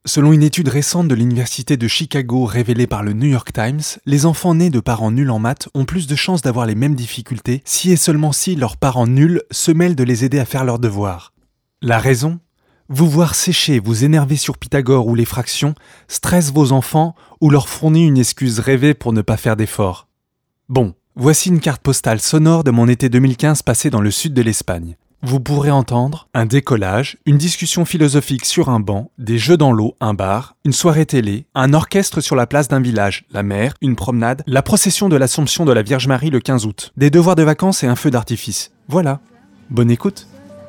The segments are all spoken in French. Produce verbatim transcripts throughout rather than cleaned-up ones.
Selon une étude récente de l'Université de Chicago révélée par le New York Times, les enfants nés de parents nuls en maths ont plus de chances d'avoir les mêmes difficultés si et seulement si leurs parents nuls se mêlent de les aider à faire leurs devoirs. La raison ? Vous voir sécher, vous énerver sur Pythagore ou les fractions stresse vos enfants ou leur fournit une excuse rêvée pour ne pas faire d'efforts. Bon, voici une carte postale sonore de mon été deux mille quinze passé dans le sud de l'Espagne. Vous pourrez entendre un décollage, une discussion philosophique sur un banc, des jeux dans l'eau, un bar, une soirée télé, un orchestre sur la place d'un village, la mer, une promenade, la procession de l'Assomption de la Vierge Marie le quinze août, des devoirs de vacances et un feu d'artifice. Voilà. Bonne écoute.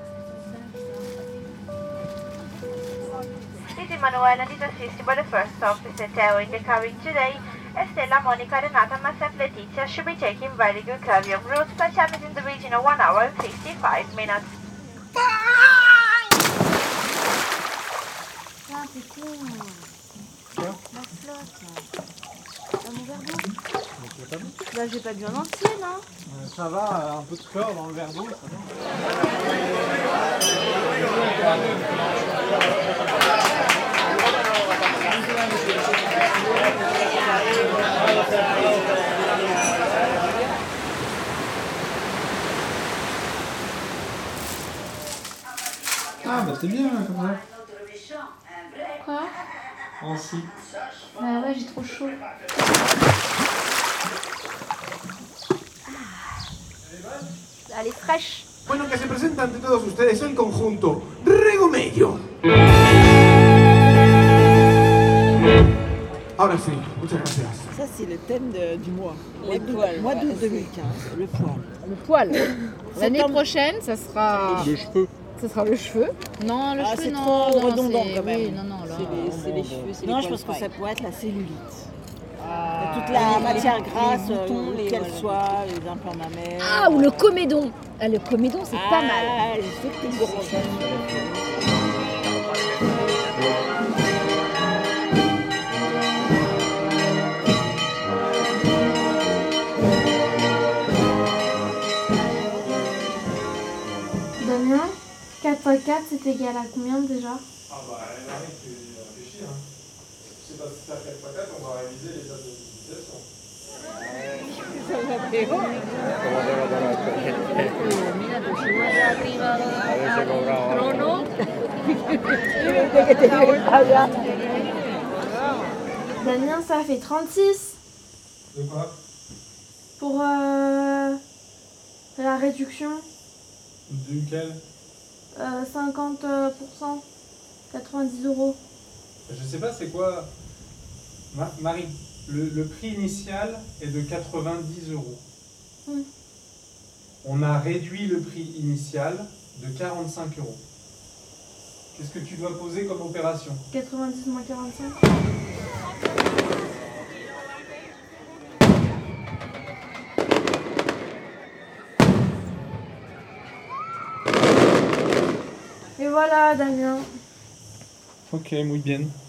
Manuela is assisted by the first officer Terry carrying today. Estella, Monica, Renata, myself, Letizia should be taking very good care of your route. My time is in the region of one hour and fifty-five minutes. Ah, c'est con. La flotte. Ah, mon verre d'eau. Bah, j'ai pas bu en entier, non euh, Ça va, un peu de chlore dans le verre d'eau, ça Ah bah c'est bien comme ça. Quoi? En si. Bah ouais, j'ai trop chaud. Ah. Elle est fraîche. Bueno, que se presente ante todos ustedes el conjunto Rego Medio. Ahora sí, muchas gracias. Ça, c'est le thème de, du mois. Les poils. Mois d'août deux mille quinze, le poil. Le poil. L'année Septembre. prochaine, ça sera. Le cheveu. Ça sera le cheveu. Non, le Ah, cheveu, c'est non. trop non, redondant c'est- quand même. Oui, non, non, là. C'est les, c'est les cheveux, c'est Non, les je poils pense que ça frais. pourrait être la cellulite. Ah, Toute la les- matière les- grasse, les boutons, euh, les- qu'elle voilà. soit, les implants mammaires. Ah, ou le comédon. Ah, le comédon, c'est pas mal. Ah, les petites grosses. Damien, quatre fois quatre, c'est égal à combien déjà? Ah bah Marie, tu réfléchis hein. C'est pas si ça fait fois quatre, on va réviser les dates de multiplication. Damien, ça fait trente-six De quoi? pour euh, la réduction. Duquel? Euh, cinquante pour cent, quatre-vingt-dix euros. Je sais pas c'est quoi. Ma- Marie, le, le prix initial est de quatre-vingt-dix euros. Mm. On a réduit le prix initial de quarante-cinq euros. Qu'est-ce que tu dois poser comme opération? quatre-vingt-dix moins quarante-cinq. Et voilà, Damien. Ok, muy bien.